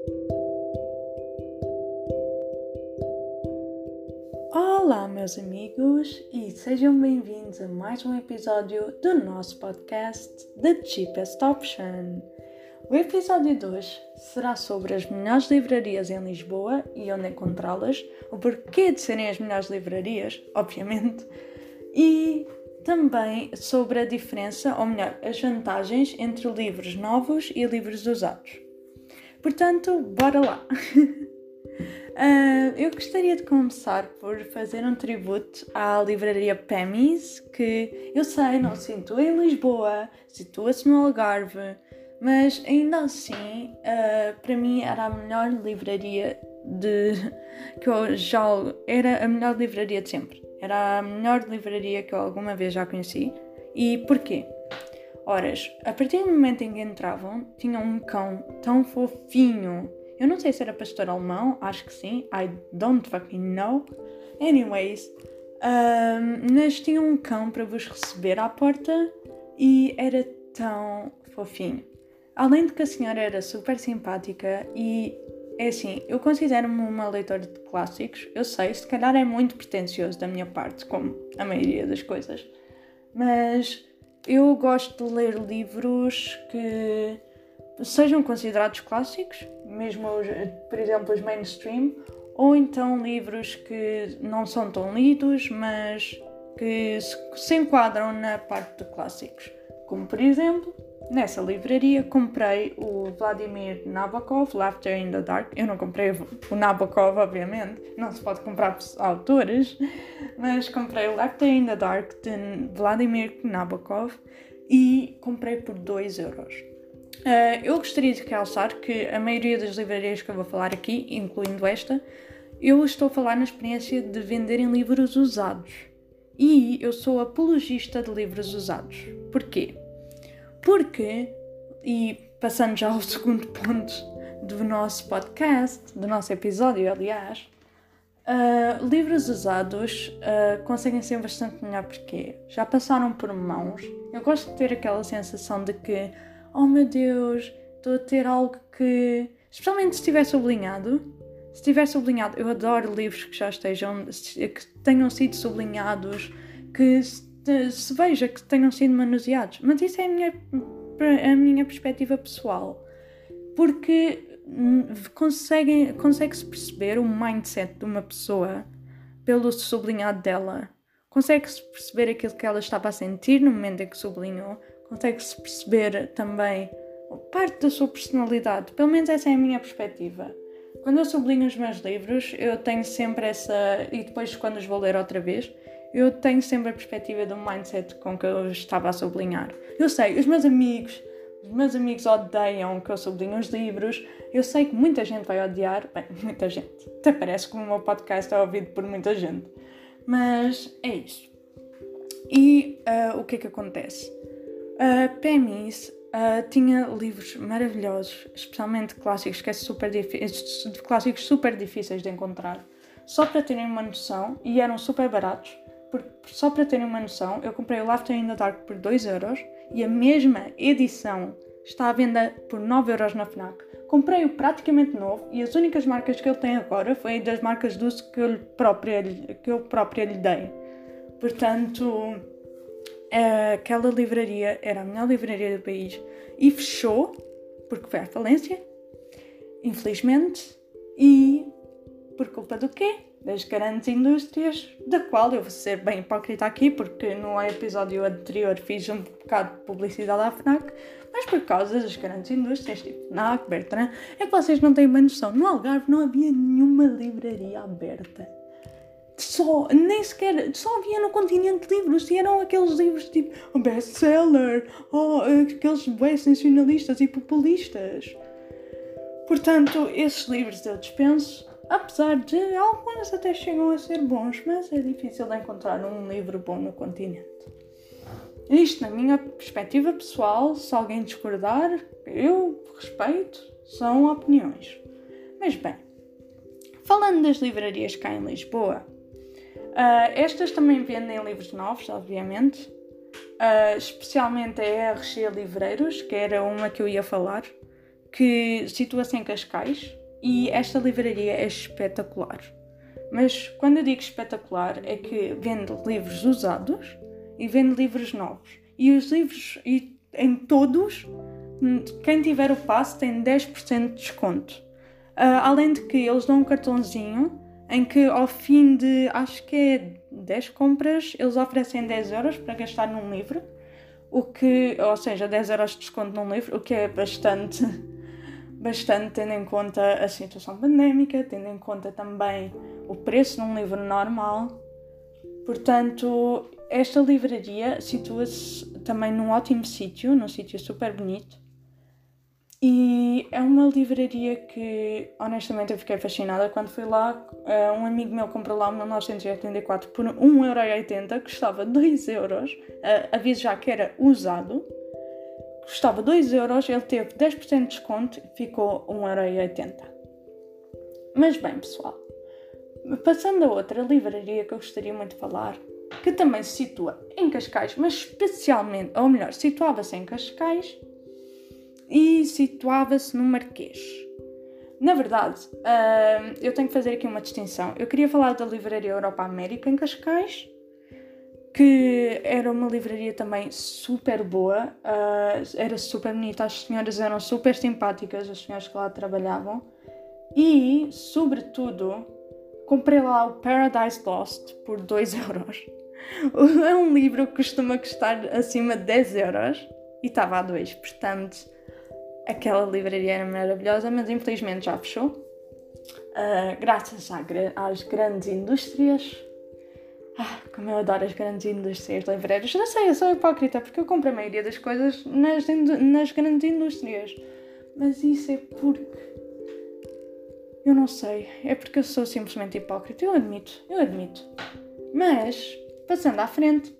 Olá, meus amigos, e sejam bem-vindos a mais um episódio do nosso podcast The Cheapest Option. O episódio de hoje será sobre as melhores livrarias em Lisboa e onde encontrá-las, o porquê de serem as melhores livrarias, obviamente, e também sobre a diferença, ou melhor, as vantagens entre livros novos e livros usados. Portanto, bora lá! Eu gostaria de começar por fazer um tributo à livraria Pemis, que eu sei, não se situa em Lisboa, situa-se no Algarve, mas ainda assim, para mim era a melhor livraria era a melhor livraria de sempre. Era a melhor livraria que eu alguma vez já conheci. E porquê? Ora, a partir do momento em que entravam, tinham um cão tão fofinho. Eu não sei se era pastor alemão, acho que sim, I don't fucking know. Anyways, mas tinha um cão para vos receber à porta e era tão fofinho. Além de que a senhora era super simpática e, é assim, eu considero-me uma leitora de clássicos. Eu sei, se calhar é muito pretencioso da minha parte, como a maioria das coisas. Mas eu gosto de ler livros que sejam considerados clássicos, mesmo, por exemplo, os mainstream, ou então livros que não são tão lidos, mas que se enquadram na parte de clássicos. Como, por exemplo, nessa livraria comprei o Vladimir Nabokov, Laughter in the Dark. Eu não comprei o Nabokov, obviamente, não se pode comprar autores, mas comprei o Laughter in the Dark de Vladimir Nabokov e comprei por 2€. Eu gostaria de realçar que a maioria das livrarias que eu vou falar aqui, incluindo esta, eu estou a falar na experiência de venderem livros usados. E eu sou apologista de livros usados. Porquê? Porque, e passando já ao segundo ponto do nosso podcast, do nosso episódio, aliás, livros usados conseguem ser bastante melhor porque já passaram por mãos. Eu gosto de ter aquela sensação de que oh meu Deus, estou a ter algo que... Especialmente se estiver sublinhado. Se estiver sublinhado, eu adoro livros que já estejam... que tenham sido sublinhados, que se veja que tenham sido manuseados. Mas isso é a minha perspectiva pessoal. Porque consegue-se perceber o mindset de uma pessoa pelo sublinhado dela. Consegue-se perceber aquilo que ela estava a sentir no momento em que sublinhou. Consegue-se perceber também parte da sua personalidade. Pelo menos essa é a minha perspectiva. Quando eu sublinho os meus livros, eu tenho sempre essa... E depois, quando os vou ler outra vez, eu tenho sempre a perspectiva do mindset com que eu estava a sublinhar. Eu sei, os meus amigos odeiam que eu sublinho os livros. Eu sei que muita gente vai odiar. Bem, muita gente. Até parece que o meu podcast é ouvido por muita gente. Mas é isso. E o que é que acontece? A Pemis tinha livros maravilhosos, especialmente clássicos, clássicos super difíceis de encontrar. Só para terem uma noção, e eram super baratos, só para terem uma noção, eu comprei o Laughter in the Dark por 2€ e a mesma edição está à venda por 9€ na FNAC. Comprei-o praticamente novo e as únicas marcas que ele tem agora foi das marcas do uso que eu própria lhe dei. Portanto... aquela livraria era a melhor livraria do país e fechou, porque foi à falência, infelizmente, e por culpa do quê? Das grandes indústrias, da qual eu vou ser bem hipócrita aqui, porque no episódio anterior fiz um bocado de publicidade à FNAC, mas por causa das grandes indústrias, tipo FNAC, Bertrand, é que vocês não têm bem noção. No Algarve não havia nenhuma livraria aberta. Só havia no Continente livros e eram aqueles livros tipo best-seller, aqueles bem sensacionalistas e populistas. Portanto, esses livros eu dispenso, apesar de alguns até chegam a ser bons, mas é difícil de encontrar um livro bom no Continente. Isto, na minha perspectiva pessoal, se alguém discordar, eu respeito, são opiniões. Mas bem, falando das livrarias cá em Lisboa, estas também vendem livros novos, obviamente, especialmente a RG Livreiros, que era uma que eu ia falar, que situa-se em Cascais e esta livraria é espetacular. Mas quando eu digo espetacular é que vende livros usados e vende livros novos. E os livros, e em todos, quem tiver o passe tem 10% de desconto. Além de que eles dão um cartãozinho em que ao fim de, acho que é 10 compras, eles oferecem 10 euros para gastar num livro. Ou seja, 10 euros de desconto num livro, o que é bastante tendo em conta a situação pandémica, tendo em conta também o preço de um livro normal. Portanto, esta livraria situa-se também num ótimo sítio, num sítio super bonito. E é uma livraria que, honestamente, eu fiquei fascinada quando fui lá. Um amigo meu comprou lá em 1984 por 1,80€, custava 2€. Aviso já que era usado. Custava 2€, ele teve 10% de desconto e ficou 1,80€. Mas bem, pessoal, passando a outra livraria que eu gostaria muito de falar, que também se situa em Cascais, mas especialmente, ou melhor, situava-se em Cascais e situava-se no Marquês. Na verdade, eu tenho que fazer aqui uma distinção. Eu queria falar da livraria Europa América em Cascais, que era uma livraria também super boa, era super bonita, as senhoras eram super simpáticas, as senhoras que lá trabalhavam, e, sobretudo, comprei lá o Paradise Lost por 2€. É um livro que costuma custar acima de 10€ e estava a 2€, portanto, aquela livraria era maravilhosa, mas infelizmente já fechou, graças às grandes indústrias. Como eu adoro as grandes indústrias livreiras. Não sei, eu sou hipócrita porque eu compro a maioria das coisas nas grandes indústrias. Mas isso é porque... eu não sei. É porque eu sou simplesmente hipócrita. Eu admito. Mas, passando à frente,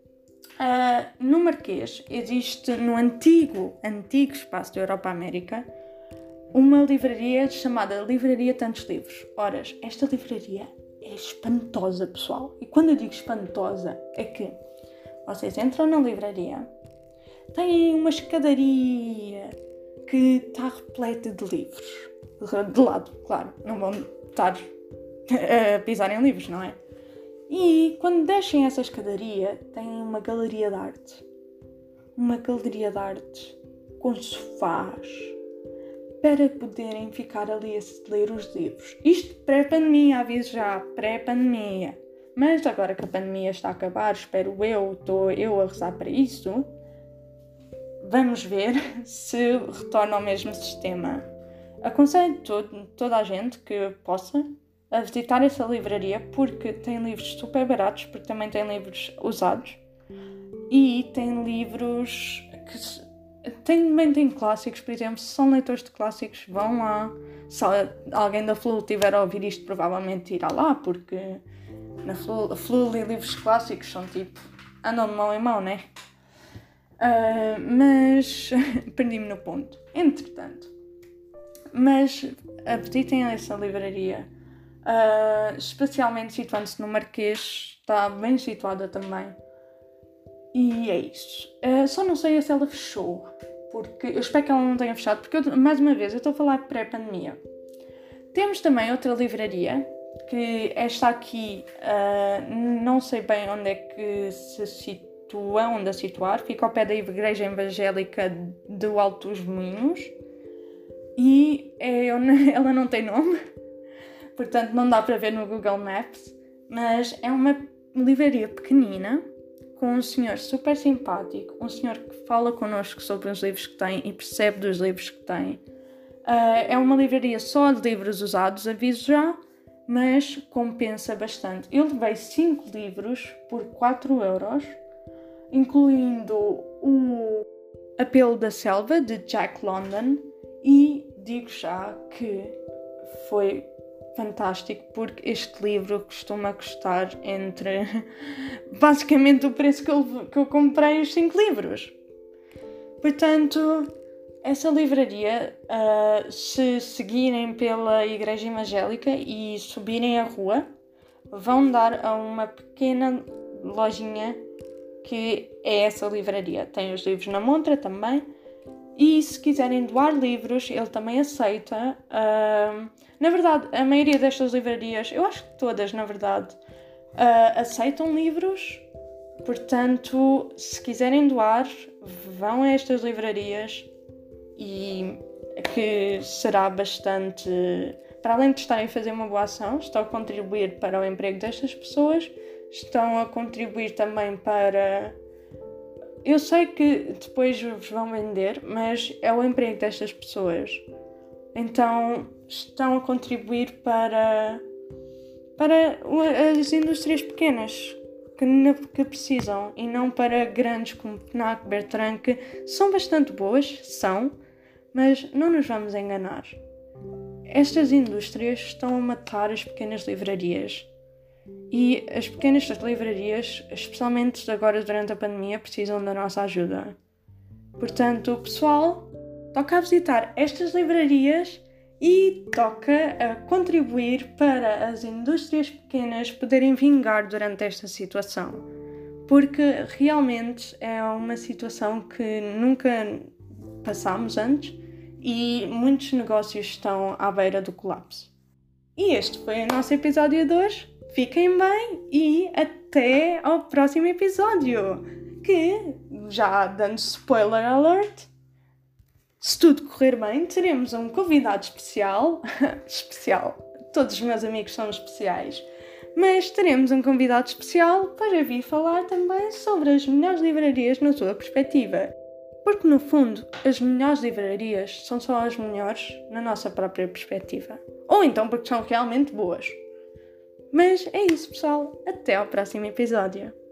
no Marquês existe, no antigo espaço da Europa América, uma livraria chamada Livraria Tantos Livros. Ora, esta livraria é espantosa, pessoal. E quando eu digo espantosa, é que vocês entram na livraria, têm uma escadaria que está repleta de livros. De lado, claro. Não vão estar a pisar em livros, não é? E quando descem essa escadaria, têm uma galeria de arte. Uma galeria de arte com sofás, para poderem ficar ali a ler os livros. Isto pré-pandemia, aviso já, pré-pandemia. Mas agora que a pandemia está a acabar, estou eu a rezar para isso, vamos ver se retorna ao mesmo sistema. Aconselho toda a gente que possa a visitar essa livraria, porque tem livros super baratos, porque também tem livros usados, e tem livros que... também tem clássicos, por exemplo. Se são leitores de clássicos, vão lá. Se alguém da FLU estiver a ouvir isto, provavelmente irá lá, porque na FLU livros clássicos são tipo, andam de mão em mão, né? Mas perdi-me no ponto. Entretanto, mas visitem essa livraria, especialmente situando-se no Marquês, está bem situada também. E é isso. Só não sei se ela fechou, porque eu espero que ela não tenha fechado, porque mais uma vez eu estou a falar pré-pandemia. Temos também outra livraria, que esta aqui não sei bem onde é que se situa, onde a situar, fica ao pé da Igreja Evangélica do Alto dos Moinhos, e ela não tem nome, portanto não dá para ver no Google Maps, mas é uma livraria pequenina, com um senhor super simpático, um senhor que fala connosco sobre os livros que tem e percebe dos livros que tem. É uma livraria só de livros usados, aviso já, mas compensa bastante. Eu levei 5 livros por 4€, incluindo o Apelo da Selva, de Jack London, e digo já que foi fantástico, porque este livro costuma custar entre basicamente o preço que eu comprei os 5 livros. Portanto, essa livraria, se seguirem pela Igreja Evangélica e subirem a rua, vão dar a uma pequena lojinha que é essa livraria. Tem os livros na montra também, E se quiserem doar livros, ele também aceita. Na verdade, a maioria destas livrarias, eu acho que todas, na verdade, aceitam livros. Portanto, se quiserem doar, vão a estas livrarias e que será bastante... Para além de estarem a fazer uma boa ação, estão a contribuir para o emprego destas pessoas, estão a contribuir também para... Eu sei que depois vos vão vender, mas é o emprego destas pessoas. Então, estão a contribuir para as indústrias pequenas que precisam, e não para grandes como Fnac, Bertrand, que são bastante boas, mas não nos vamos enganar. Estas indústrias estão a matar as pequenas livrarias. E as pequenas livrarias, especialmente agora durante a pandemia, precisam da nossa ajuda. Portanto, pessoal, toca a visitar estas livrarias e toca a contribuir para as indústrias pequenas poderem vingar durante esta situação. Porque realmente é uma situação que nunca passámos antes e muitos negócios estão à beira do colapso. E este foi o nosso episódio de hoje. Fiquem bem e até ao próximo episódio, que, já dando spoiler alert, se tudo correr bem, teremos um convidado especial, todos os meus amigos são especiais, mas teremos um convidado especial para vir falar também sobre as melhores livrarias na sua perspectiva. Porque, no fundo, as melhores livrarias são só as melhores na nossa própria perspectiva. Ou então porque são realmente boas. Mas é isso, pessoal. Até ao próximo episódio.